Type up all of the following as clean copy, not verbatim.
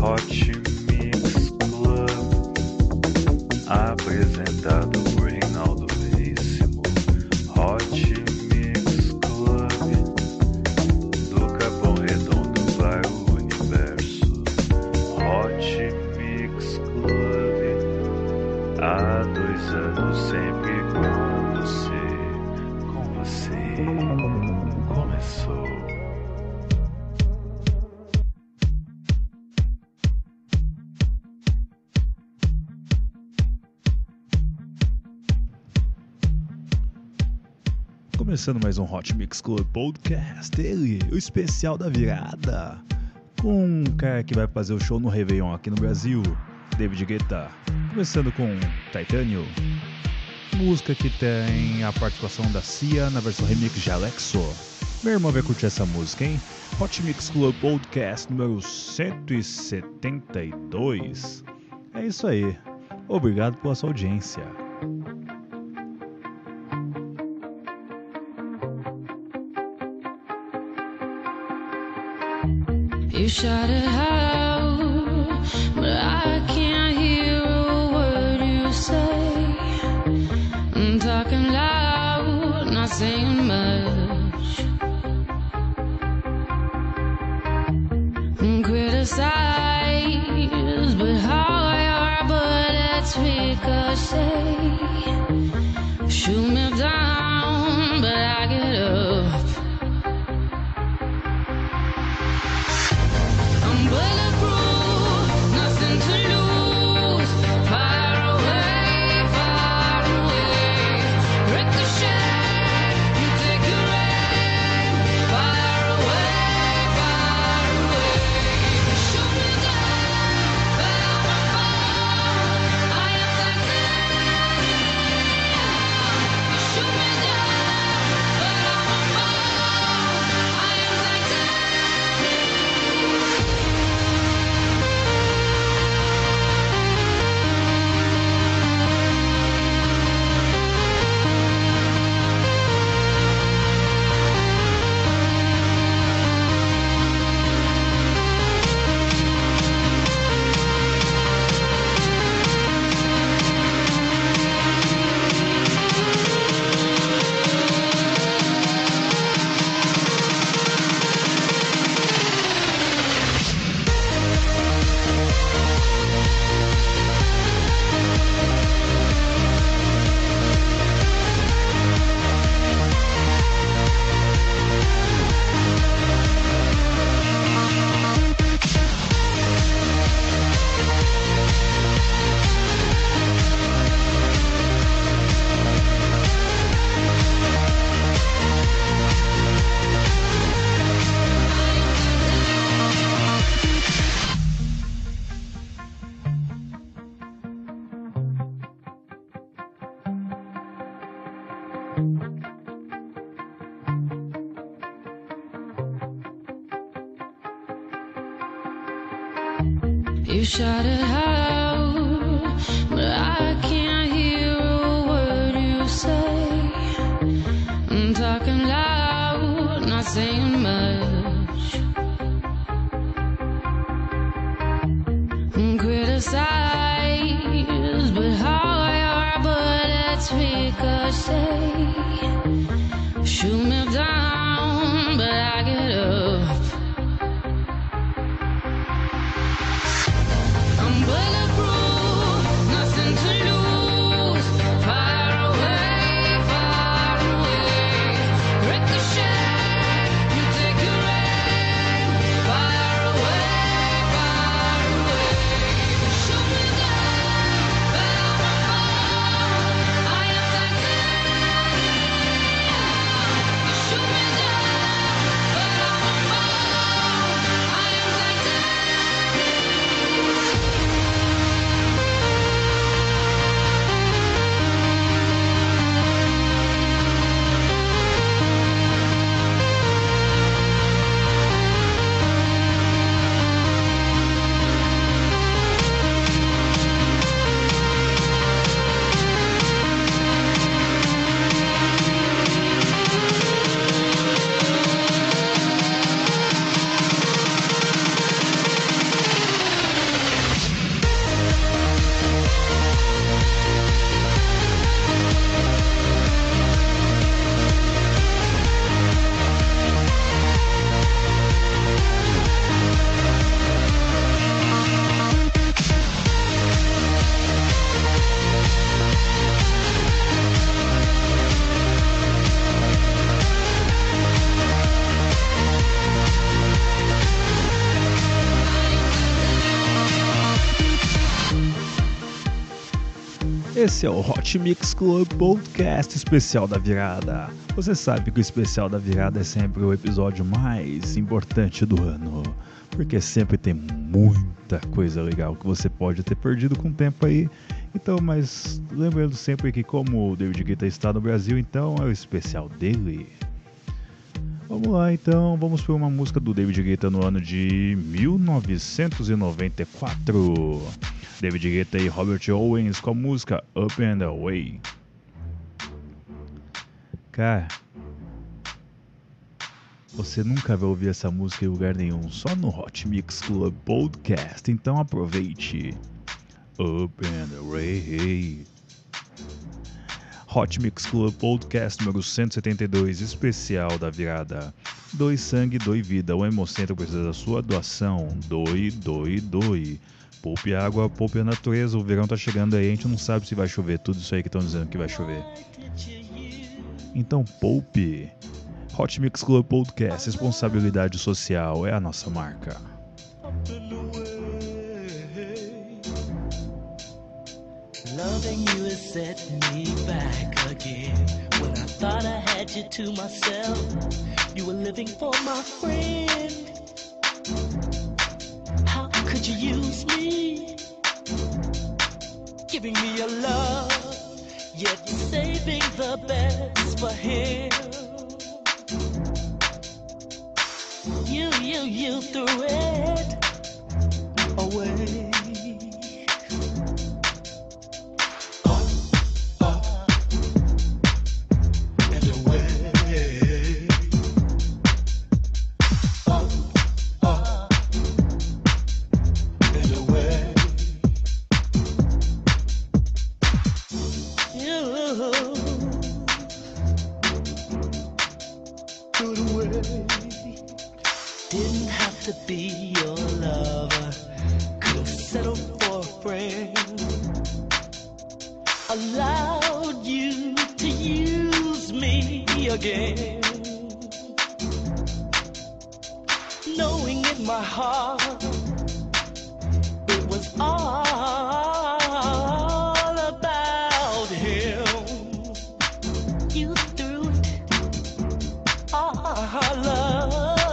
Hot Mix Club, apresentado por Reinaldo Veríssimo. Hot Mix Club, do Capão Redondo para o universo. Hot Mix Club, há 2 anos sempre com você começou. Começando mais um Hot Mix Club Podcast, ele, o especial da virada, com um cara que vai fazer o show no Réveillon aqui no Brasil, David Guetta. Começando com Titânio, música que tem a participação da Cia na versão remix de Alexo. Meu irmão vai curtir essa música, hein? Hot Mix Club Podcast número 172. É isso aí, obrigado pela sua audiência. You shout it out, but I can't hear a word you say. I'm talking loud, not saying much. Criticize, but how your bullets ricochet. Shoot me down, but I get up. Bulletproof, nothing to lose. Far away, ricochet. You take your aim. Far away. Shoot me down, but I won't fall. I am titanium. You shoot me down, but I won't fall. I am You shout it out, but I can't hear a word you say. I'm talking loud, not saying much. Criticize, but how your bullets ricochet. Shoot me down, but I get up. Bulletproof, nothing to lose. Far away, ricochet. You take your aim. Far away. Shoot me down, but I won't fall. I am titanium. You shoot me down, but I won't fall. I am titanium. Esse é o Hot Mix Club Podcast especial da virada. Você sabe que o especial da virada é sempre o episódio mais importante do ano, porque sempre tem muita coisa legal que você pode ter perdido com o tempo aí. Então, mas lembrando sempre que como o David Guetta está no Brasil, então é o especial dele. Vamos lá então, vamos para uma música do David Guetta no ano de 1994. David Guetta e Robert Owens com a música Up and Away. Cara, você nunca vai ouvir essa música em lugar nenhum, só no Hot Mix Club Podcast, então aproveite. Up and Away. Hot Mix Club Podcast número 172, especial da virada. Doe sangue, doe vida. O Hemocentro precisa da sua doação. Doe, doe, doe. Poupe água, poupe a natureza. O verão tá chegando aí, a gente não sabe se vai chover. Tudo isso aí que estão dizendo que vai chover. Então poupe. Hot Mix Club Podcast, responsabilidade social é a nossa marca. Loving you has set me back again. When I thought I had you to myself, you were living for my friend. How could you use me? Giving me your love, yet saving the best for him. You threw it away. Didn't have to be your lover, could've settled for a friend. Allowed you to use me again, knowing in my heart it was all about him. You threw it all up.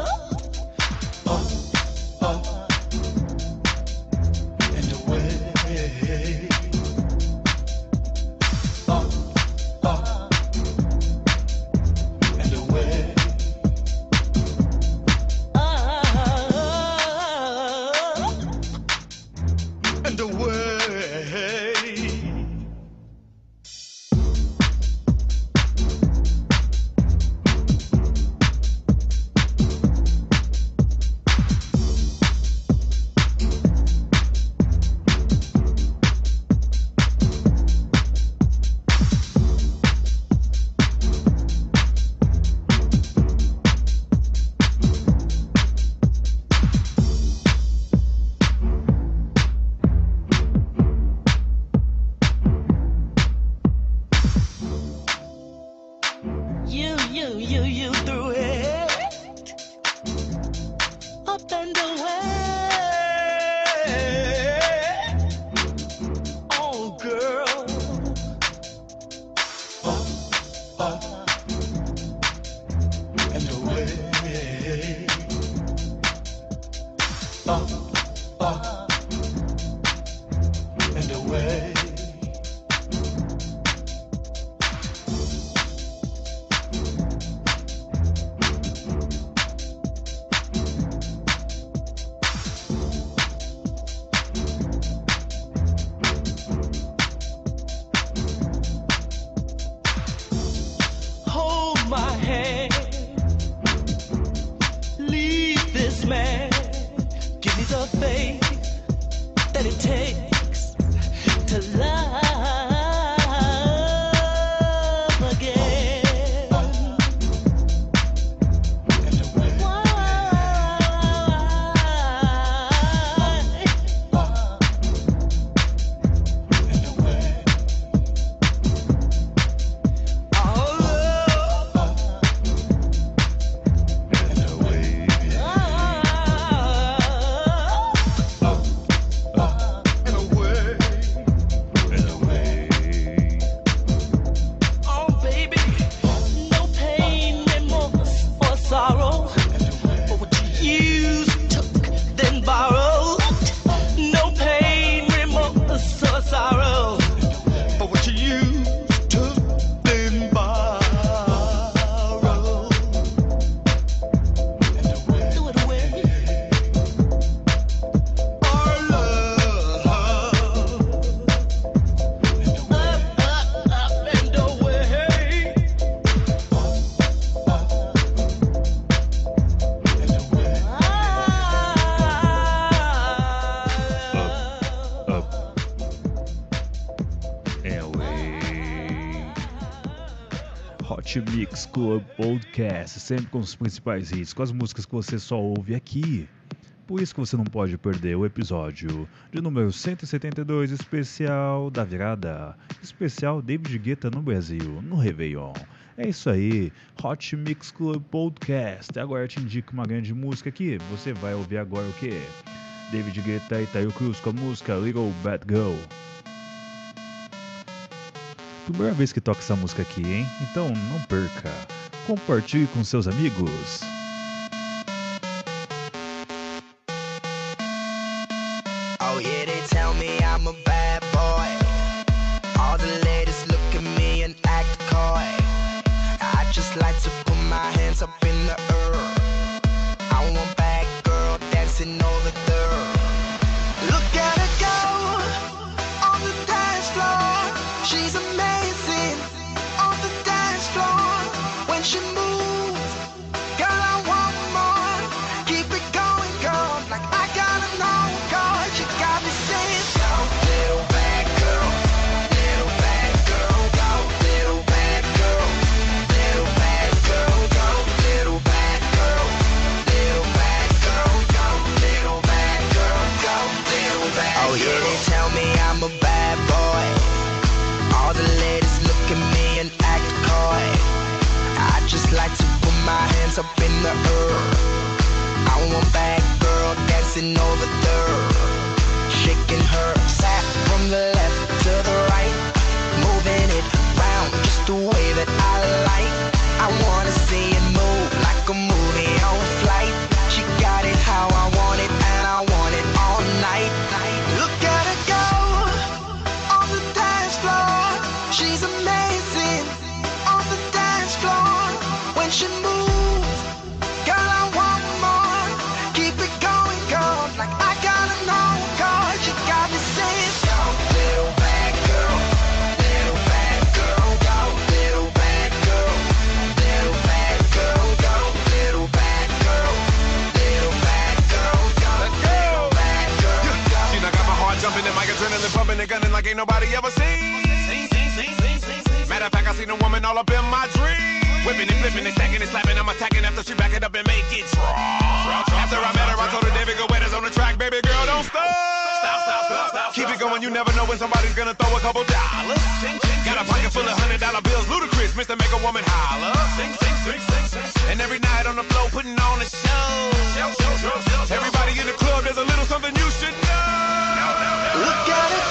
You threw it up and away. Oh, girl. And away. And away. My hand, leave this man, give me the faith that it takes to love again. And away. And away. Hot Mix Club Podcast, sempre com os principais hits, com as músicas que você só ouve aqui. Por isso que você não pode perder o episódio de número 172, especial da virada, especial David Guetta no Brasil, no Réveillon. É isso aí, Hot Mix Club Podcast. Agora eu te indico uma grande música aqui, você vai ouvir agora o quê? David Guetta e Taio Cruz com a música Little Bad Girl. Primeira vez que toca essa música aqui, hein? Então não perca. Compartilhe com seus amigos. Oh yeah, they tell me I'm a bad boy. All the ladies look at me and act coy. I just like to put my hands up in the air. I want bad girl dancing all the dirt. Look at her go on the dance floor. She's amazing on the dance floor. When she moves, girl, I want more. Keep it going, girl, like I gotta know, girl. You got me saying, go, little bad girl, little bad girl, go, little bad girl, little bad girl, go, little bad girl, little bad girl, go, little bad girl, go, little bad girl. Oh yeah, they tell me I'm a bad boy. All the ladies look at me and act coy. I just like to put my hands up in the air. I want bad girl dancing over dirt. Shaking her sat from the left to the right. Moving it round just the way that I like. I wanna see it move like a movie on flight. She got it how I want it and I want it all night. Look at her go on the dance floor. She's amazing on the dance floor. When she moves, girl, I want more. Keep it going, girl, like I gotta know, girl. You got me saying, go, little bad girl, little bad girl, go, little bad girl, little bad girl, go, little bad girl, little bad girl, go, little bad girl, go. She done got my heart jumping and my adrenaline pumping and gunning like ain't nobody ever seen. Matter of fact, I seen a woman all up in my dreams. Whipping and flipping and stacking and slapping, I'm attacking after she back it up and make it drop. After I met her, I told her, David, go wet on the track, baby girl, don't stop. Keep it going, you never know when somebody's gonna throw a couple dollars. Got a pocket full of $100 bills, ludicrous, Mr. Make a Woman holler. And every night on the floor, putting on a show. Everybody in the club, there's a little something you should know. Look at her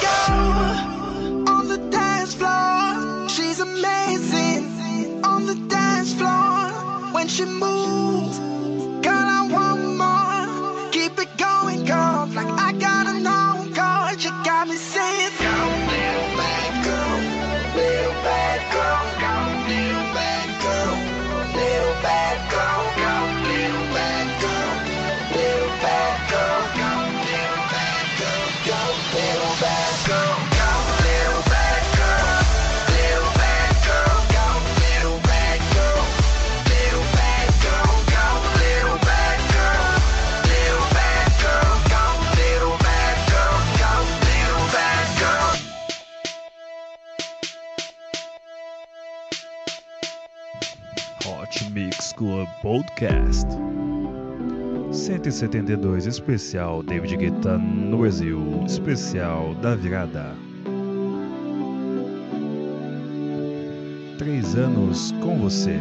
go on the dance floor. She's amazing on the dance floor. When she moves, girl, I want more. Keep it going, girl, like I gotta know, girl. You got me saying, go, little bad girl, little bad girl, go, little bad girl, little bad girl, go, little bad girl, little bad girl, go, little bad girl, go, little bad girl, go, little bad girl, little bad girl, go, little bad girl, little bad girl, go, little bad girl, little bad girl, go, little bad girl, go, little bad girl. Hot Mix Club Podcast 172, especial David Guetta no Brasil, especial da virada. 3 anos com você.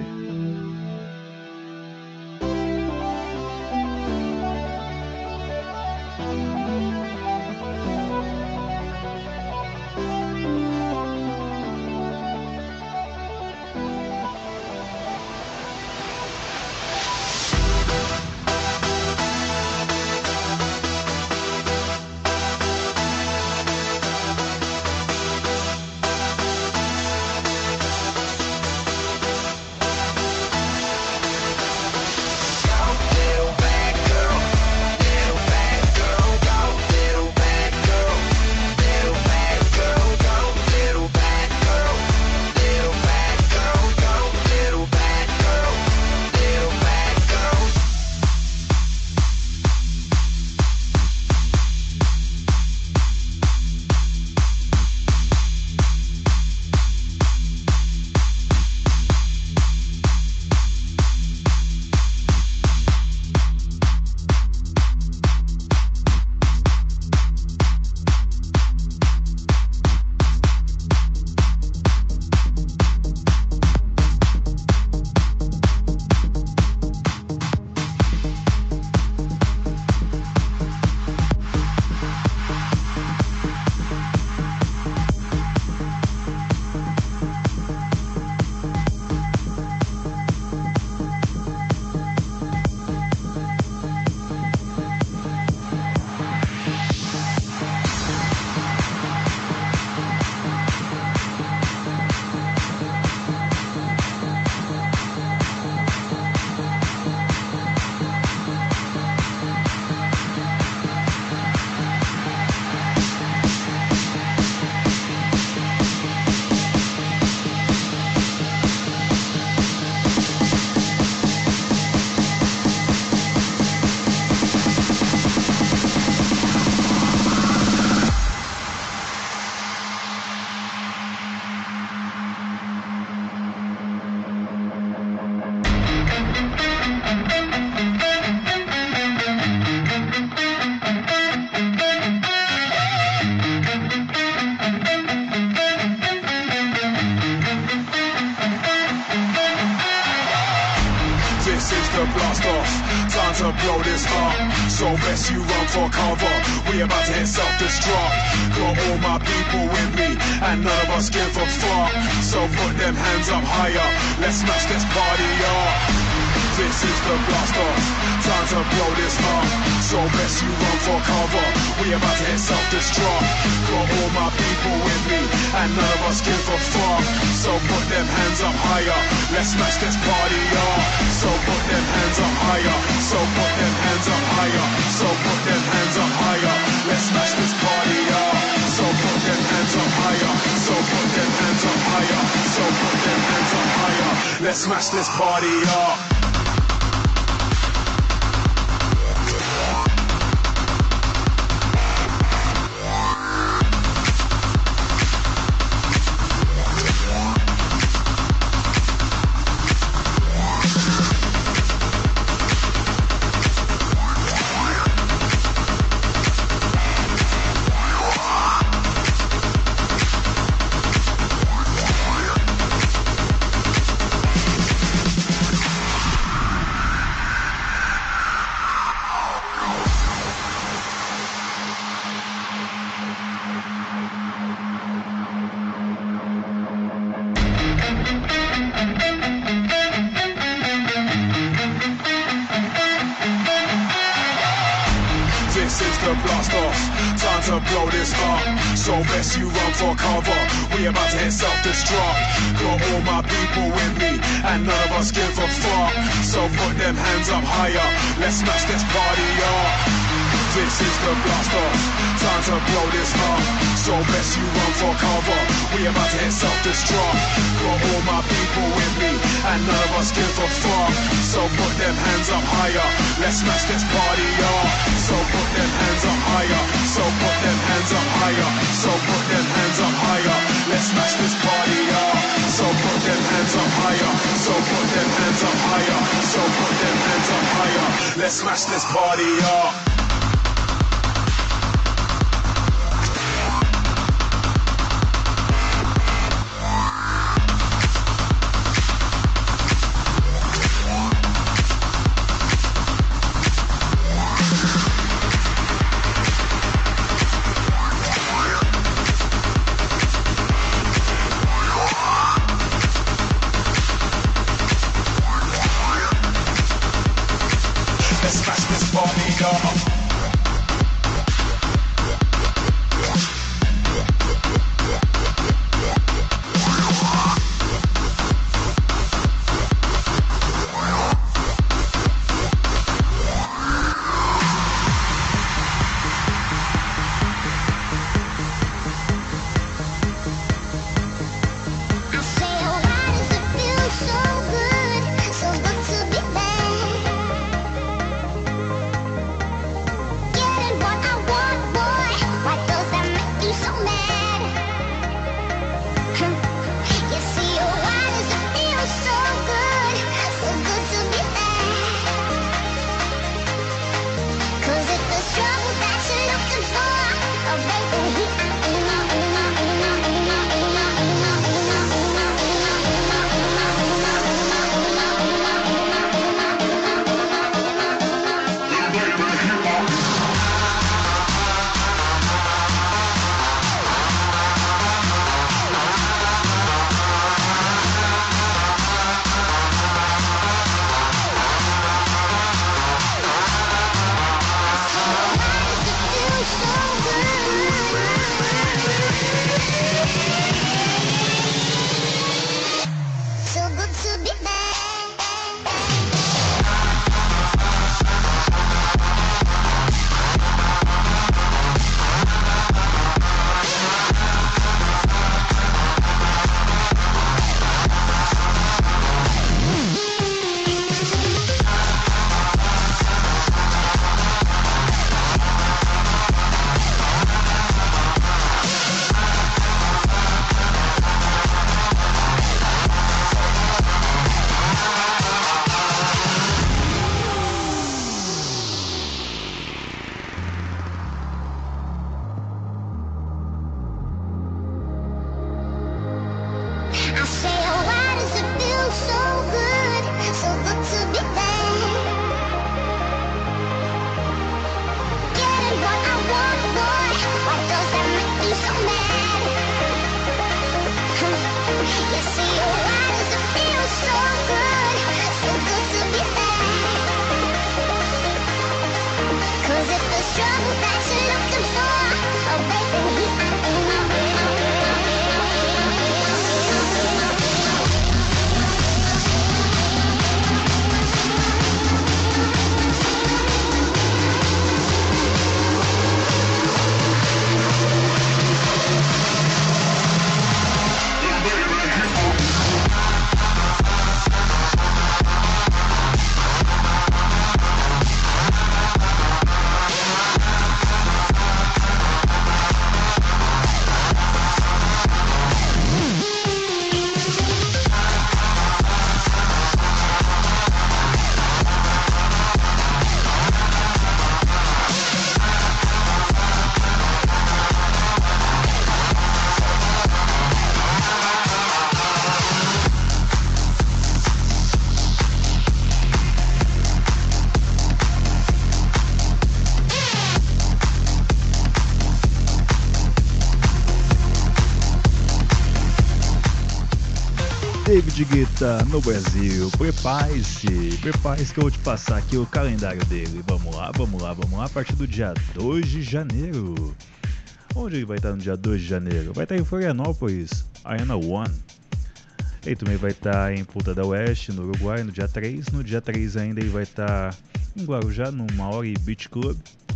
so best you run for cover. We about to hit self-destruct. Got all my people with me, and none of us give a fuck. So put them hands up higher, let's smash this party up. This is the blast off, time to blow this up. So best you run for cover, we about to hit self-destruct. Got all my people with me, and none of us give a fuck. So put them hands up higher, let's smash this party up. So put them hands up higher, so put them hands up higher. So put them hands up higher, let's smash this party up. So put them hands up higher, so put them hands up higher. So put them hands up higher, let's smash this party up. Blast off, time to blow this up. So best you run for cover, we about to hit self-destruct. Got all my people with me, and none of us give a fuck. So put them hands up higher, let's smash this party up. This is the blast off, time to blow this up. So best you run for cover, we about to hit self-destruct. Got all my people with me, and none of us give a fuck. So put them hands up higher, let's smash this party up. So put them hands up higher, so put them hands up higher. So put them hands up higher, let's smash this party up. So put them hands up higher, so put them hands up higher. So put them hands up higher, let's smash this party up. David Guetta no Brasil. Prepare-se que eu vou te passar aqui o calendário dele. Vamos lá. A partir do dia 2 de janeiro. Onde ele vai estar no dia 2 de janeiro? Vai estar em Florianópolis, Arena One. Ele também vai estar em Punta del Oeste, no Uruguai, no dia 3. No dia 3 ainda ele vai estar em Guarujá, no Maori Beach Club.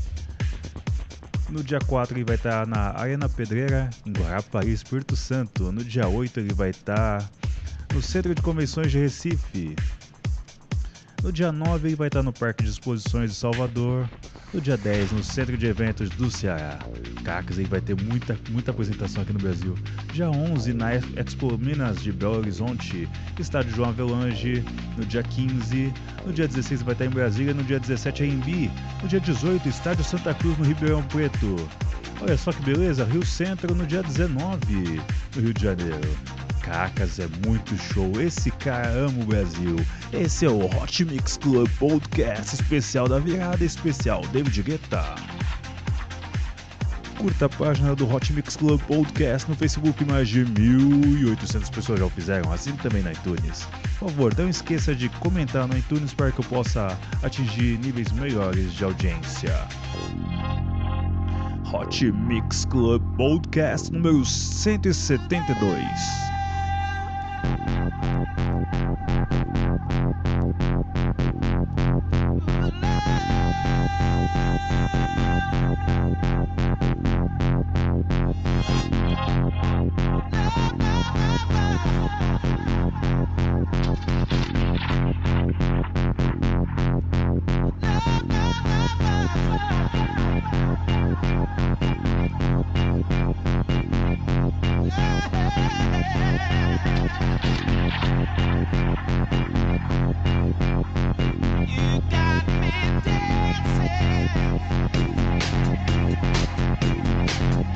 No dia 4 ele vai estar na Arena Pedreira, em Guarapari, Espírito Santo. No dia 8 ele vai estar no Centro de Convenções de Recife. No dia 9 ele vai estar no Parque de Exposições de Salvador. No dia 10 no Centro de Eventos do Ceará. Caracas, ele vai ter muita apresentação aqui no Brasil. Dia 11 na Expo Minas de Belo Horizonte, Estádio João Avelange. No dia 15, no dia 16 vai estar em Brasília. No dia 17 é em Embi. No dia 18 Estádio Santa Cruz no Ribeirão Preto. Olha só que beleza, Rio Centro no dia 19 no Rio de Janeiro. Caracas, é muito show. Esse cara ama o Brasil. Esse é o Hot Mix Club Podcast especial da virada, especial David Guetta. Curta a página do Hot Mix Club Podcast no Facebook, mais de 1.800 pessoas já o fizeram, assim também na iTunes. Por favor, não esqueça de comentar no iTunes para que eu possa atingir níveis melhores de audiência. Hot Mix Club Podcast número 172. You got me dancing.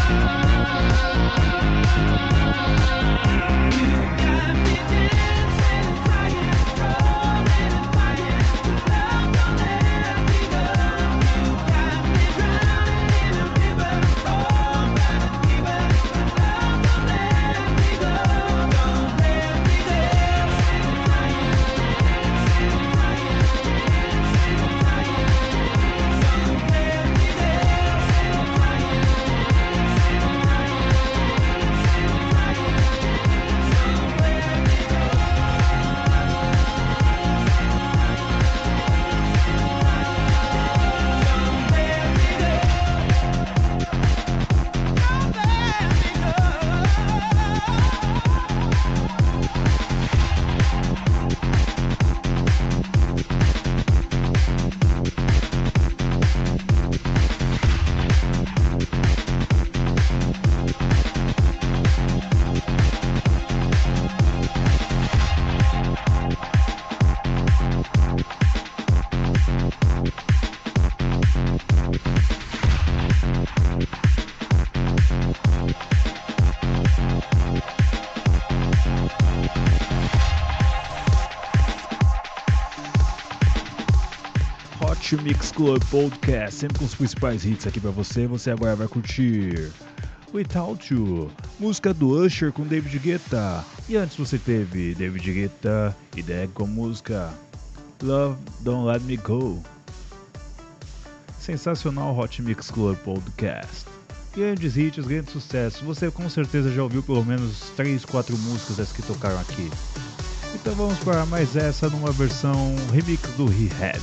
Hot Mix Club Podcast, sempre com os principais hits aqui pra você. Você agora vai curtir Without You, música do Usher com David Guetta. E antes você teve David Guetta e Dag com a música Love Don't Let Me Go. Sensacional Hot Mix Club Podcast. Grandes hits, grandes sucessos. Você com certeza já ouviu pelo menos 3, 4 músicas das que tocaram aqui. Então vamos para mais essa numa versão remix do Rehab.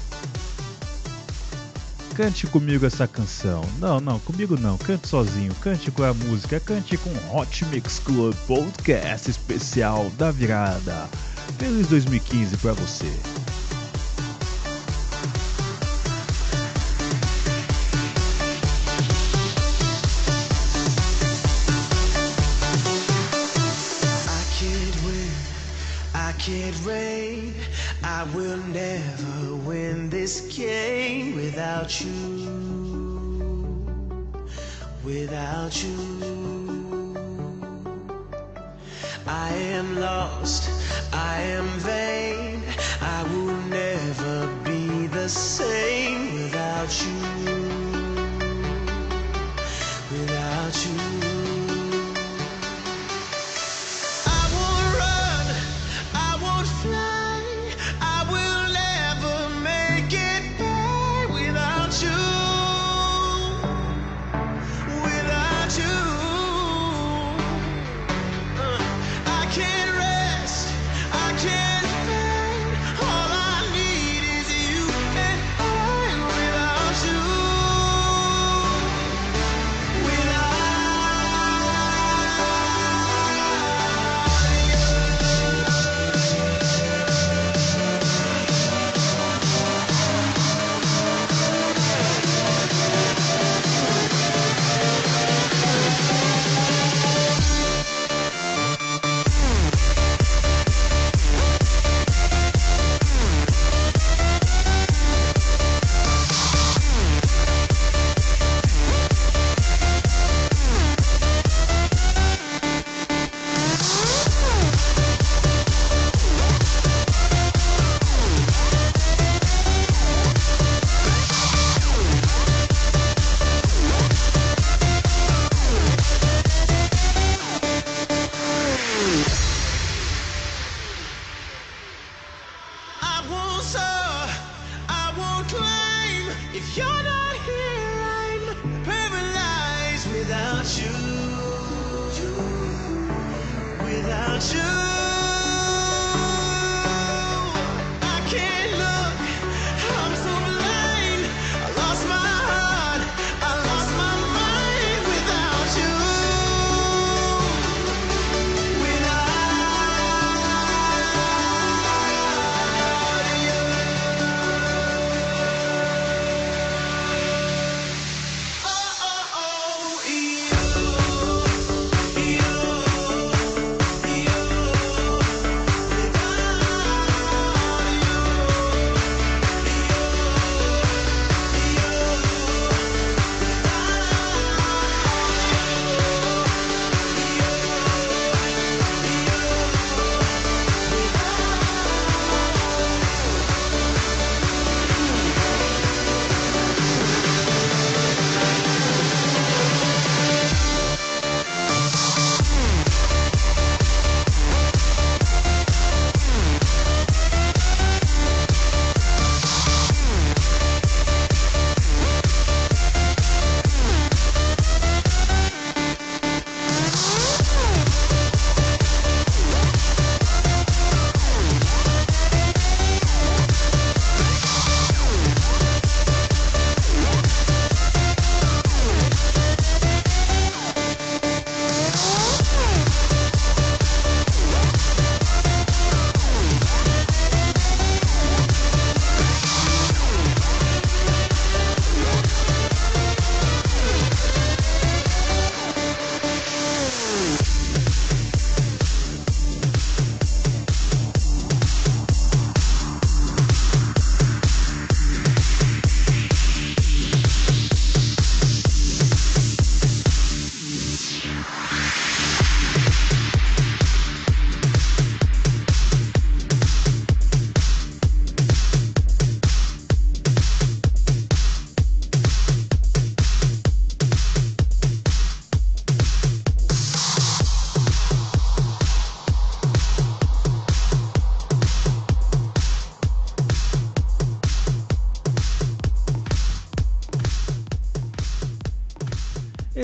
Cante comigo essa canção. Não, comigo não. Cante sozinho. Cante com a música. Cante com Hot Mix Club Podcast especial da virada. Feliz 2015 pra você. Can't rain, I will never win this game without you, without you. I am lost, I am vain, I will never be the same without you, without you.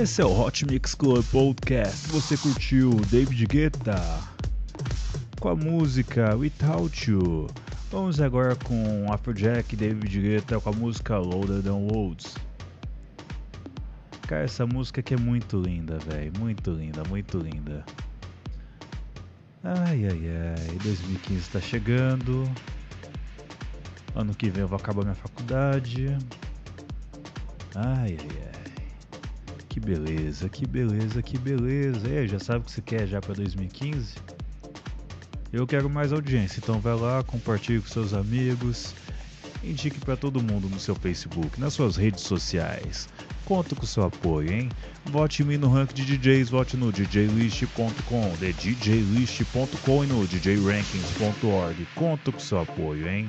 Esse é o Hot Mix Club Podcast. Você curtiu David Guetta com a música Without You. Vamos agora com Afrojack e David Guetta com a música Louder Than Words. Cara, essa música aqui é muito linda, velho. Muito linda, muito linda. Ai, ai, ai. 2015 tá chegando. Ano que vem eu vou acabar minha faculdade. Ai, ai, ai. Que beleza, que beleza, que beleza. E aí, já sabe o que você quer já pra 2015? Eu quero mais audiência, então vai lá, compartilhe com seus amigos, indique pra todo mundo no seu Facebook, nas suas redes sociais. Conto com o seu apoio, hein? Vote em mim no ranking de DJs, vote no djlist.com, djlist.com e no djrankings.org. Conto com o seu apoio, hein?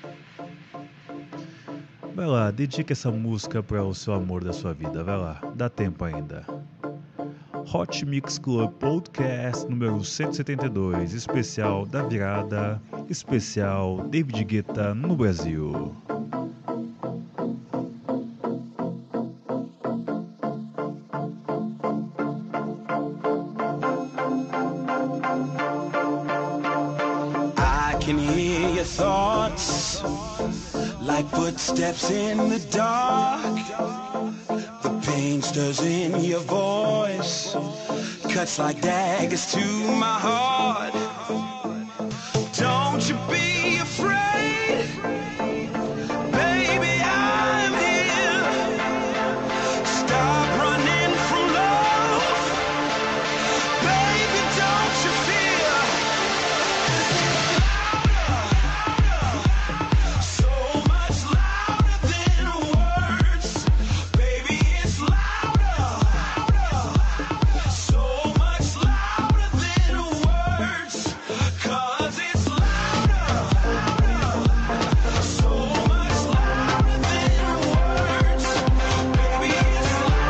Vai lá, dedique essa música para o seu amor da sua vida, vai lá, dá tempo ainda. Hot Mix Club Podcast número 172, especial da virada, especial David Guetta no Brasil. I can hear your thoughts like footsteps in the dark. The pain stirs in your voice, cuts like daggers to my heart. Don't you be afraid, baby, I'm here. Stop running from love, baby, don't you fear. So much louder than words, baby, it's louder. So much louder than words, 'cause it's louder. So much louder than words, baby, it's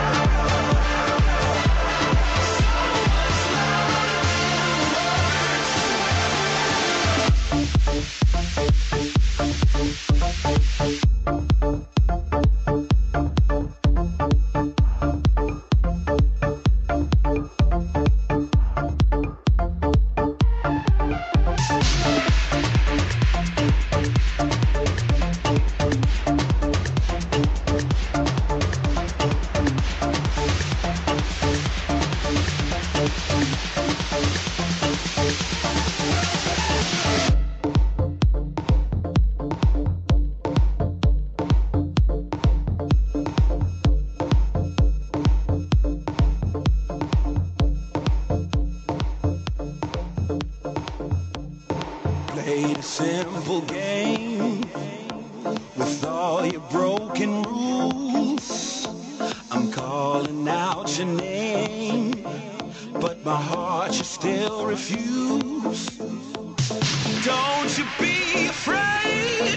played a simple game with all your broken rules. I'm calling out your name, but my heart you still refuse. Don't you be afraid,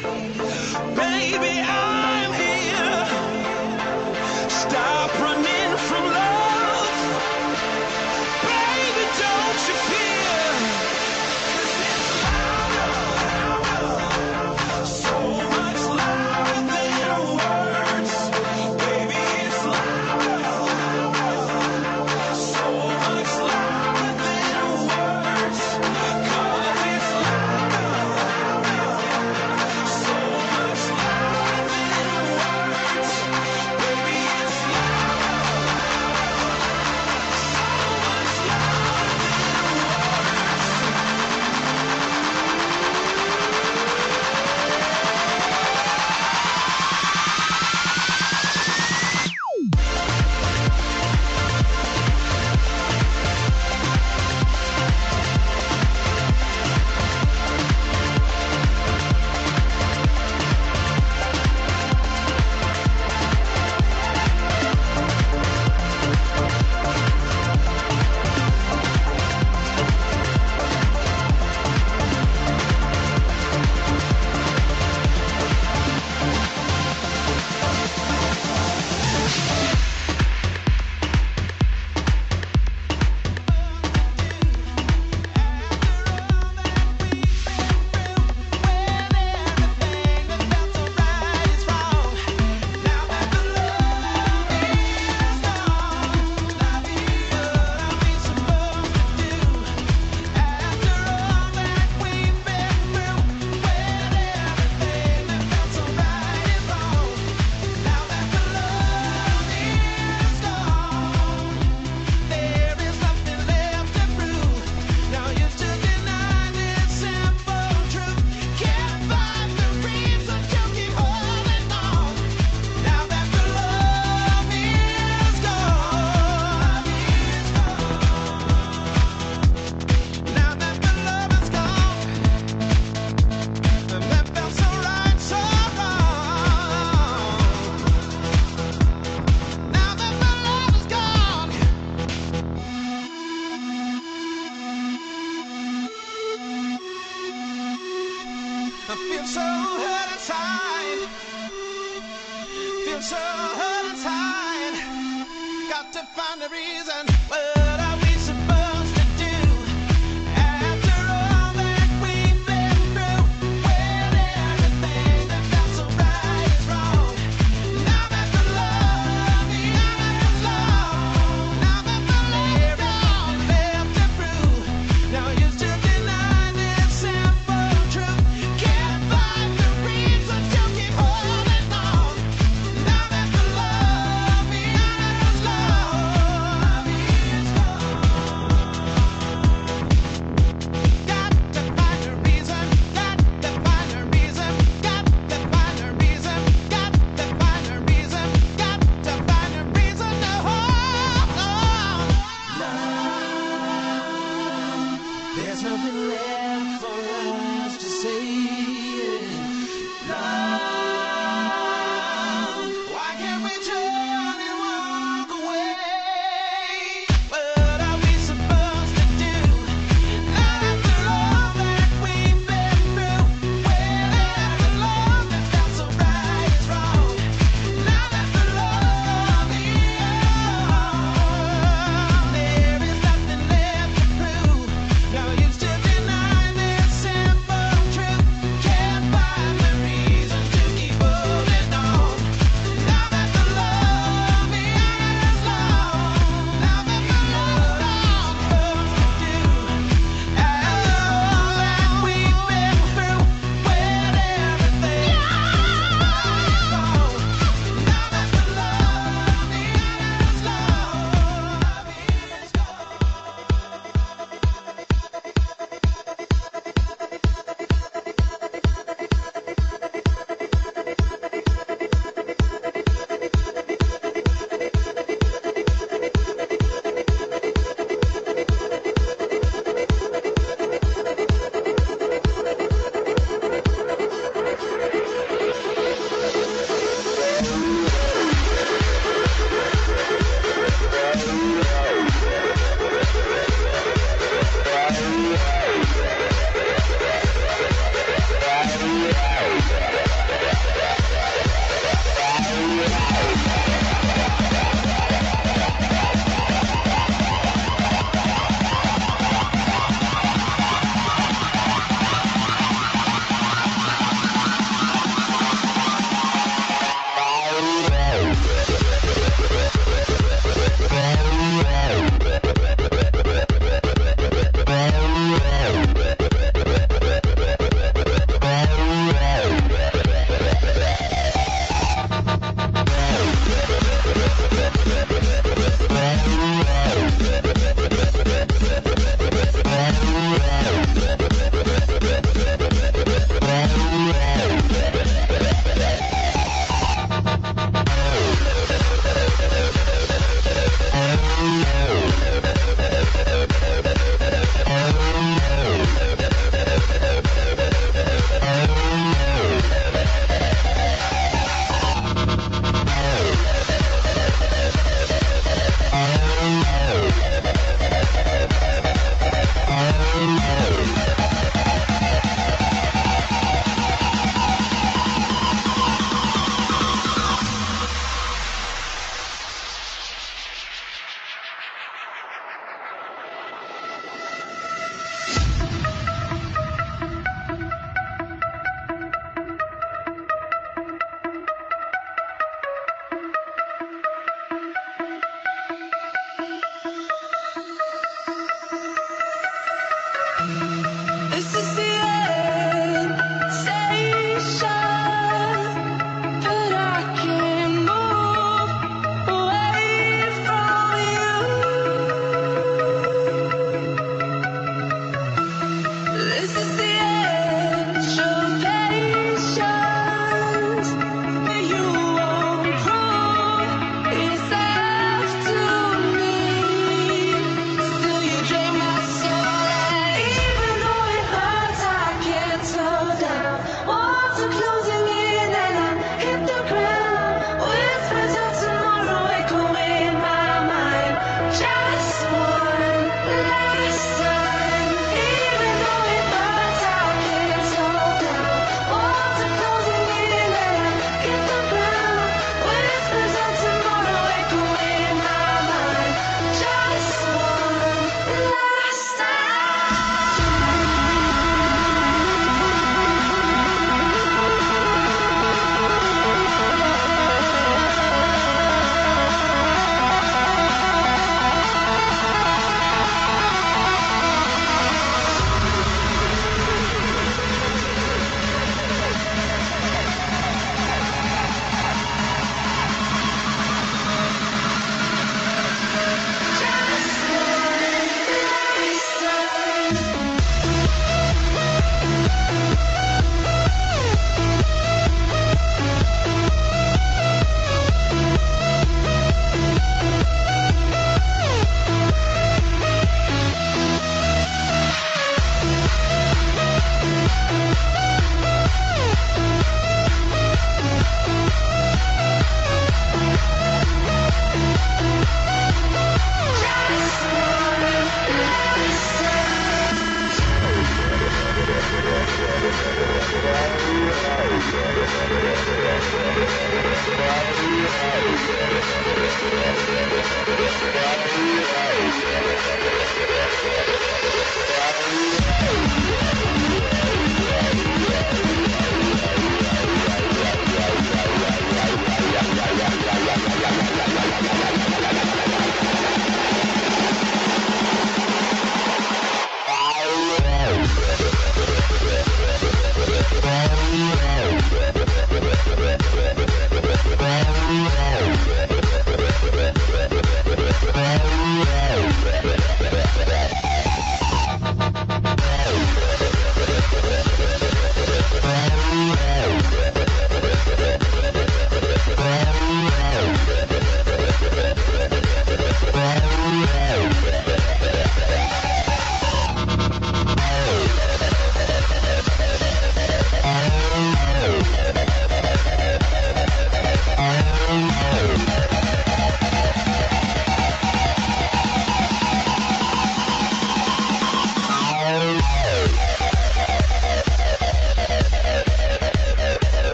baby, I'm here. Stop running from love, baby, don't you fear. So much louder than words, baby, it's louder. So much louder than words, 'cause it's louder. So much louder than so tired. Got to find a reason. What are we supposed to do after all that we've been through? When everything that felt so right is wrong. Now that the love, the honor is long. Now that the love is left to prove. Now you still deny this simple truth. Can't find the reason to keep holding on. Now that the love, the honor is long.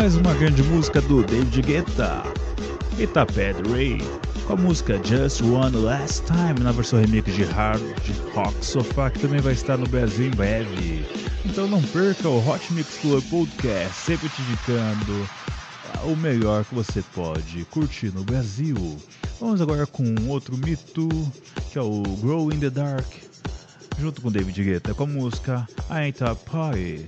mais uma grande música do David Guetta e Taped Ray, com a música Just One Last Time, na versão remix de Hard Rock Sofá, que também vai estar no Brasil em breve. Então não perca o Hot Mix Club Podcast, sempre te indicando o melhor que você pode curtir no Brasil. Vamos agora com outro mito, que é o Grow in the Dark, junto com David Guetta, com a música Ain't a Party.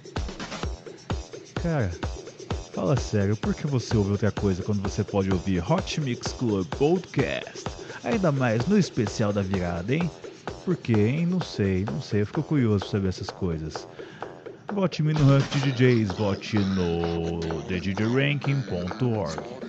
Cara, fala sério, por que você ouve outra coisa quando você pode ouvir Hot Mix Club Podcast? Ainda mais no especial da virada, hein? Por quê, hein? Não sei, eu fico curioso pra saber essas coisas. Vote-me no ranking de DJs, vote no thedjranking.org.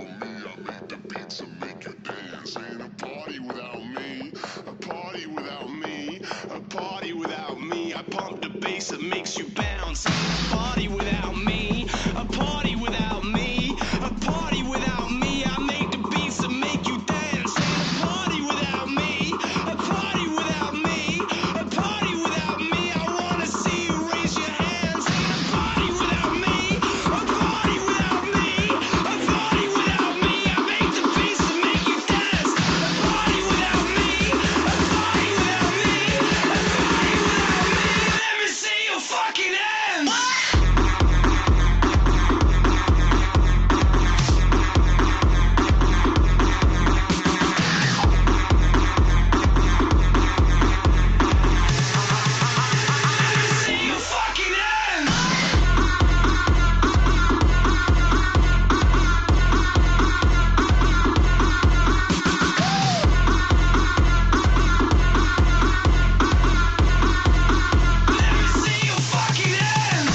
That makes you bounce. A party without me. A party without me. A party without me. I make the beats that make you dance. A party without me. A party without me. A party without me. I wanna see you raise your hands. A party without me. A party without me. A party without me. I make the beats that make you dance. A party without me. A party without me. A party without me. Let me see your fucking hands. See your fucking hands. Let me see your fucking hands.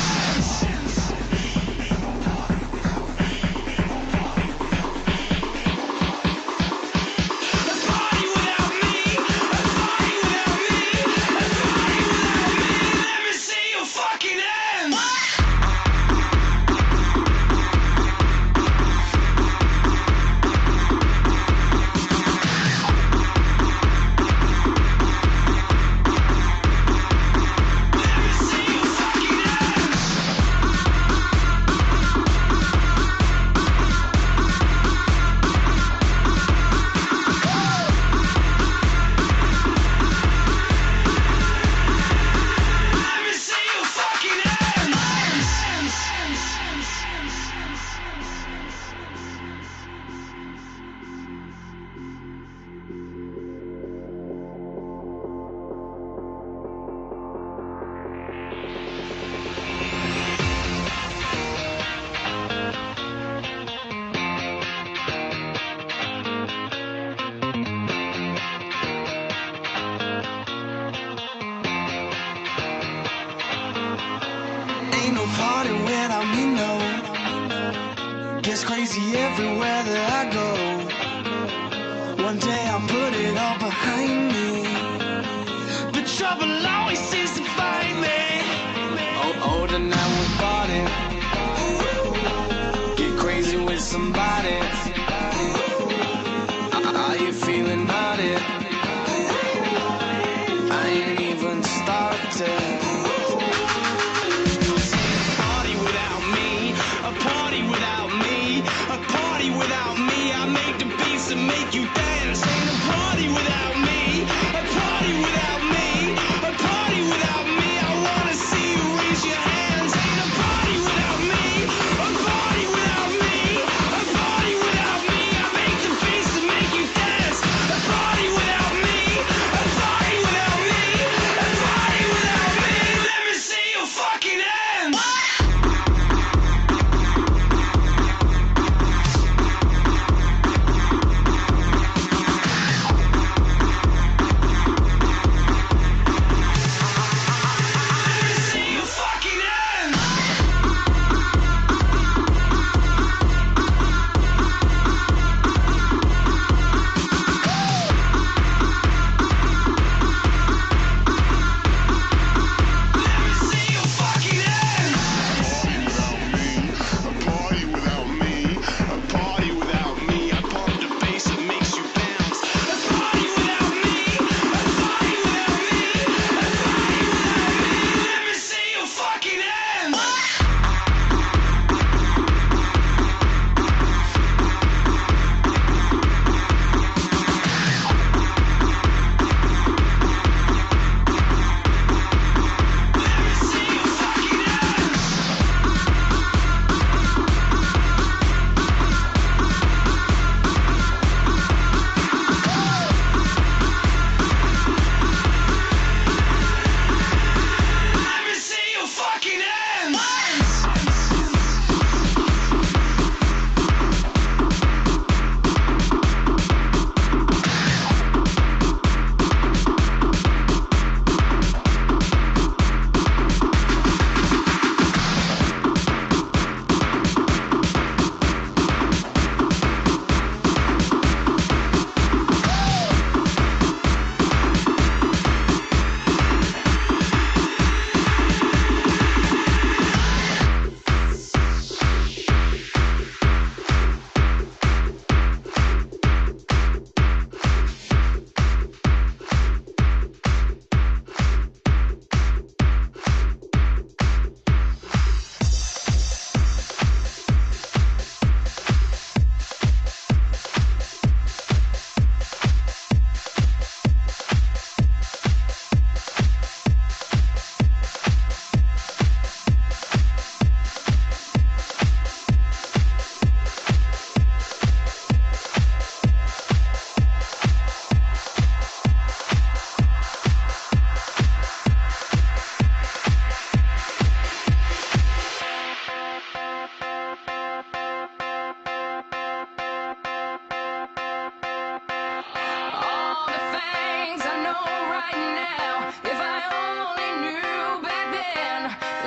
A party without me. A party without me. A party without me. Let me see your fucking hands. Let me see your fucking hands. Let me see your fucking hands. Ain't no party without me, no. Gets crazy everywhere that I go. One day I'll put it all behind me. But trouble always seems to find me. Oh, tonight we'll party. Get crazy with somebody. Are you feeling naughty? I ain't even started. Party without me, a party without me, a party without me. I make the beats that make you dance. Ain't a party without me, a party without me, a party without me. I wanna see you raise your hands. Ain't a party without me, a party without me, a party without me.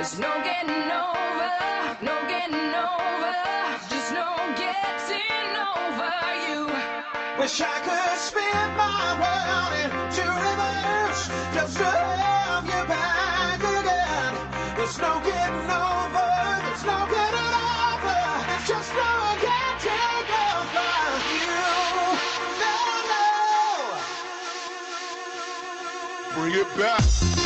There's no getting over, no getting over, just no getting over you. Wish I could spin my world into reverse just to have you back again. There's no getting over, there's no getting over, it's just no getting over you. No, no. Bring it back.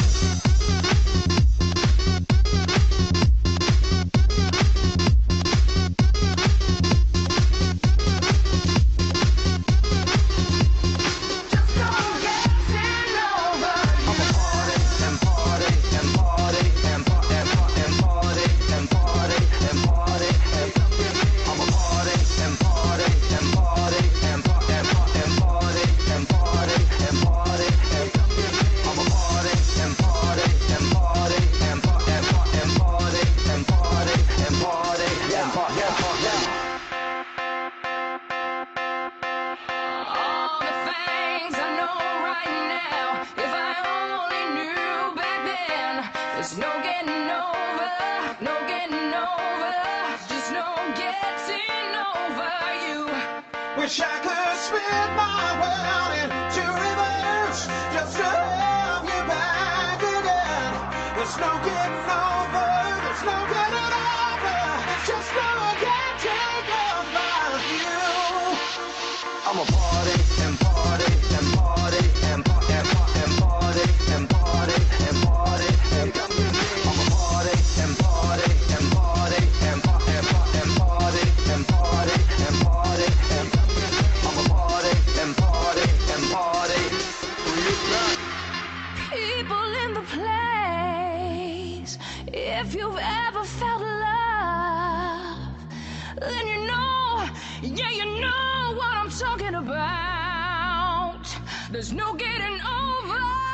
There's no getting over, no getting over, just no getting over you. Wish I could spin my world into reverse just to have you back again. There's no getting over, there's no getting over, it's just no getting over you. I'm a party and party and party and party and party and party and party and party. I'm a party and party and party and party and party and party and party and party. I'm a party and party and party. Bring it back. People in the place, if you've ever felt love, then you know, yeah, you know what I'm talking about. There's no getting over.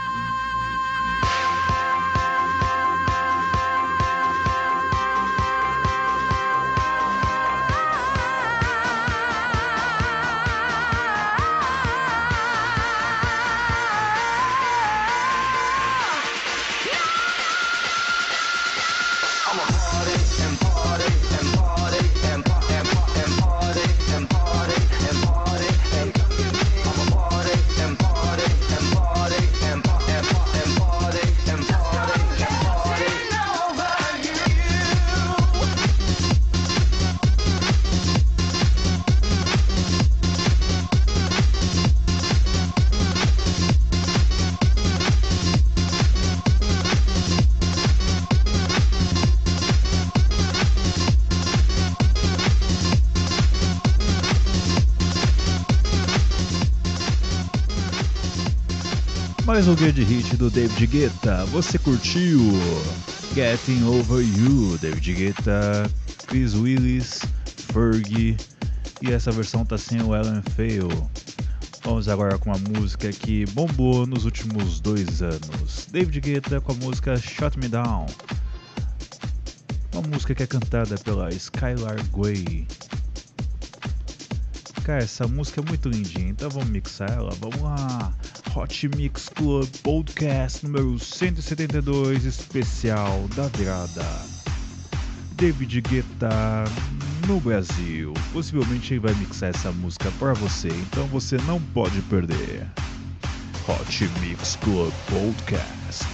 I'm a party and party and party and party and party and party and party and party. I'm a party and party and party and party and party and party and party and party. Mais um grande hit do David Guetta. Você curtiu? Getting Over You, David Guetta, Chris Willis, Fergie. E essa versão tá sem o Alan Fail. Vamos agora com uma música que bombou nos últimos 2 anos. David Guetta com a música Shut Me Down. Uma música que é cantada pela Skylar Grey. Cara, essa música é muito lindinha, então vamos mixar ela. Vamos lá. Hot Mix Club Podcast número 172, especial da virada. David Guetta no Brasil. Possivelmente ele vai mixar essa música para você, então você não pode perder. Hot Mix Club Podcast.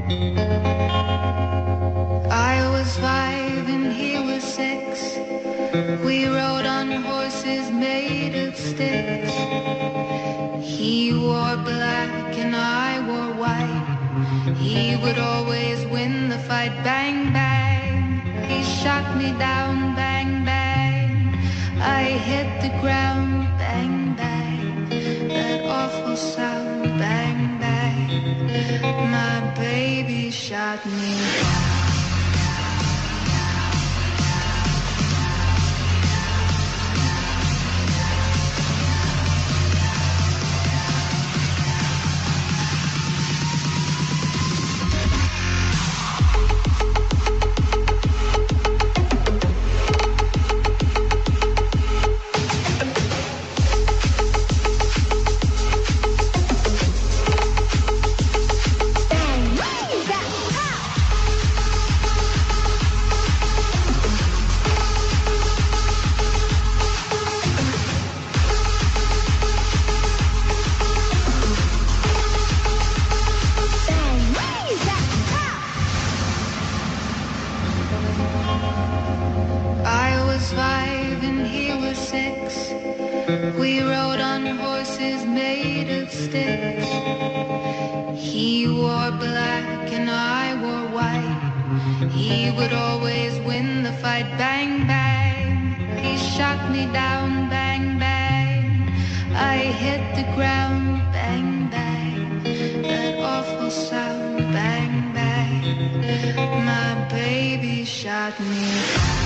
I was 5 and he was 6. We rode on horses made of sticks. He wore black and I wore white. He would always win the fight. Bang, bang. He shot me down. Bang, bang. I hit the ground. Bang, bang. That awful sound. Bang, bang. My baby shot me down. We rode on horses made of sticks. He wore black and I wore white. He would always win the fight. Bang, bang. He shot me down. Bang, bang. I hit the ground. Bang, bang. That awful sound. Bang, bang. My baby shot me down.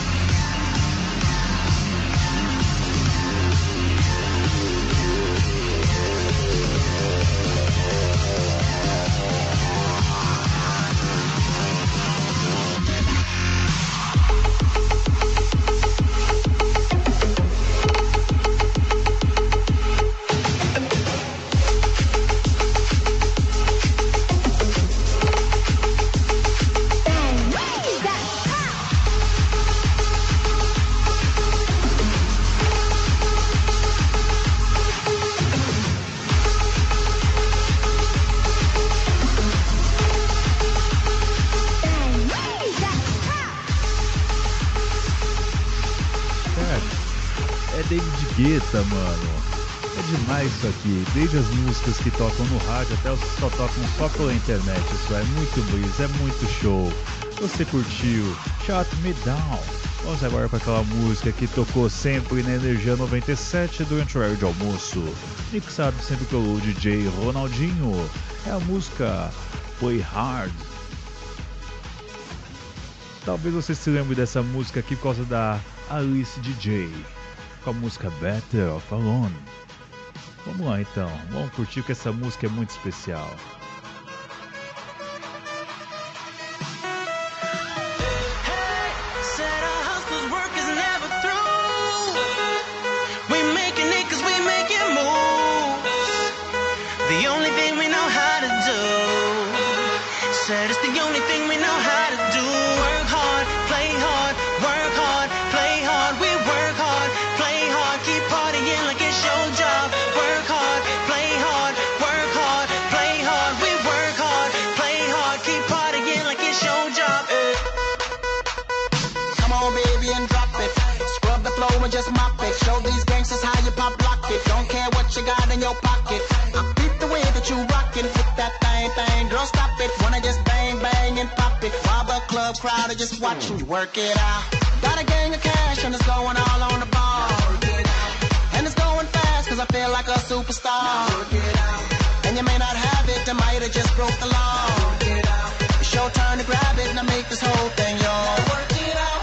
Guetta, mano, é demais isso aqui, desde as músicas que tocam no rádio até os que só tocam só pela internet. Isso é muito brisa, é muito show. Você curtiu Shut Me Down? Vamos agora para aquela música que tocou sempre na Energia 97 durante o horário de almoço, mixado sempre pelo DJ Ronaldinho. É a música Play Hard. Talvez você se lembre dessa música aqui por causa da Alice DJ, com a música Better Off Alone. Vamos lá então, vamos curtir que essa música é muito especial. Just mop it, show these gangsters how you pop lock it. Don't care what you got in your pocket. I beat the way that you rockin' with that thing. Girl, stop it. Wanna just bang, bang and pop it. While the club crowd are just watching you work it out. Got a gang of cash and it's going all on the ball. And it's going fast cause I feel like a superstar. And you may not have it, I might have just broke the law. It's your turn to grab it and I make this whole thing yours. Work it out.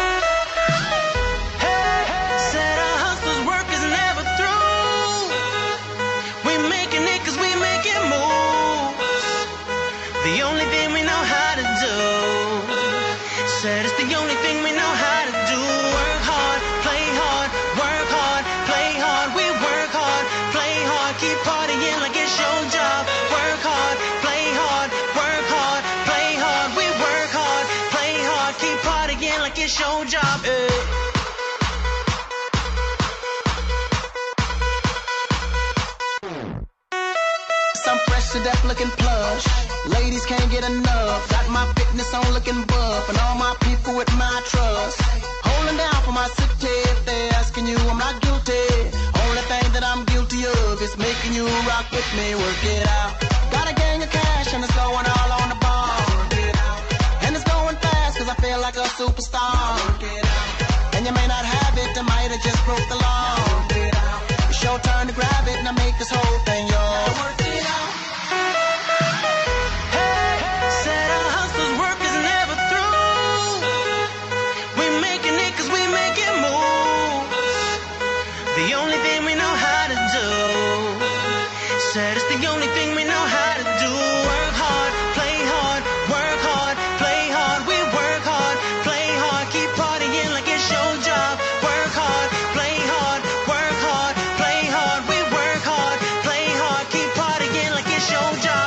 Said it's the only thing we know how to do. Work hard, play hard, work hard, play hard. We work hard, play hard, keep partying like it's your job. Work hard, play hard, work hard, play hard. We work hard, play hard, keep partying like it's your job. Some fresh to death looking plush. Ladies can't get enough. Got my fitness on looking buff. And all my people with my trust. Holding down for my city. rock with me, work it out. Got a gang of cash and it's going all on the ball. And it's going fast cause I feel like a superstar. And you may not have it, I might have just broke the law. It's your turn to grab it and I make this whole thing yours. Work it out. Said our hustler's work is never through. We making it cause we making moves. The only thing we know how to do. Said it's the only thing we know how to do. Work hard, play hard, work hard, play hard. We work hard, play hard, keep partying like it's your job. Work hard, play hard, work hard, play hard. We work hard, play hard, keep partying like it's your job.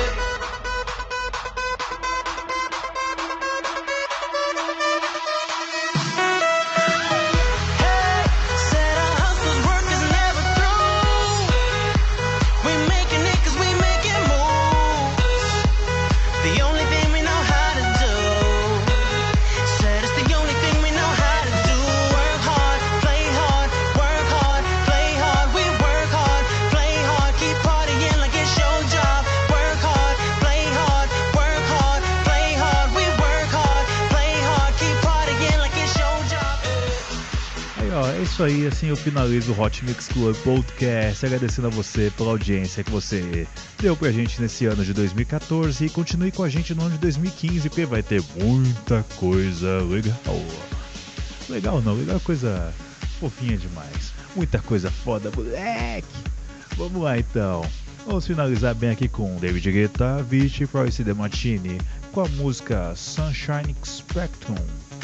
Said our hustler's work is never through. We making it cause we making moves. The only thing we know how to do. Said it's the only thing we know how to do. Work hard, play hard, work hard, play hard. We work hard, play hard, keep partying like it's your job. Work hard, play hard, work hard, play hard. We work hard, play hard, keep partying like it's your job. Aí, ó, é isso aí, assim eu finalizo o Hot Mix Club Podcast, agradecendo a você pela audiência que você deu pra gente nesse ano de 2014 e continue com a gente no ano de 2015, porque vai ter muita coisa legal. Legal não, legal é coisa fofinha demais. Muita coisa foda, moleque! Vamos lá então. Vamos finalizar bem aqui com David Guetta, Avicii, Royce The Machine, com a música Sunshine Spectrum.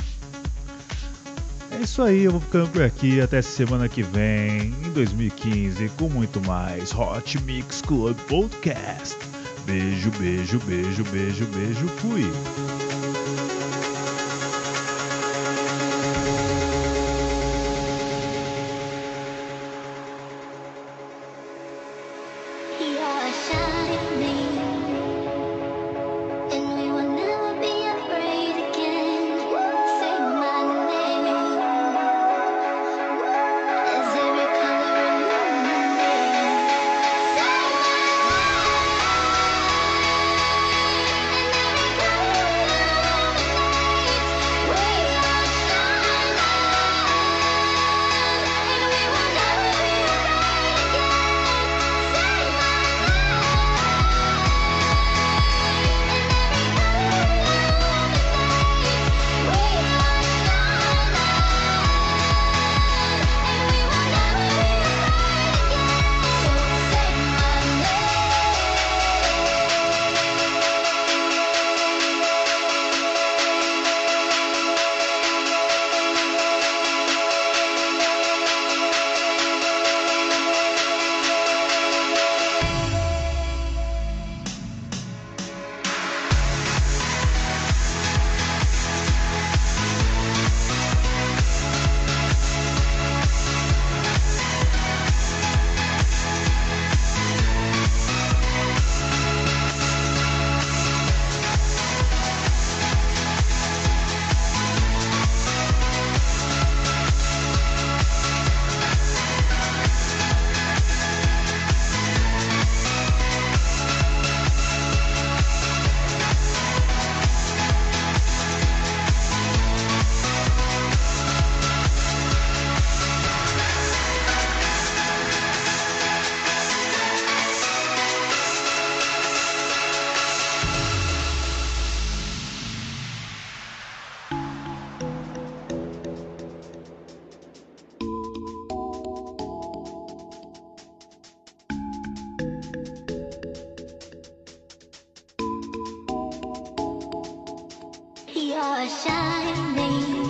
É isso aí, eu vou ficando por aqui até semana que vem, em 2015, com muito mais Hot Mix Club Podcast. Beijo, beijo, beijo, beijo, beijo, fui! You're shining, and we will never be afraid again. Say my name, as every color illuminates. Say my You're shining.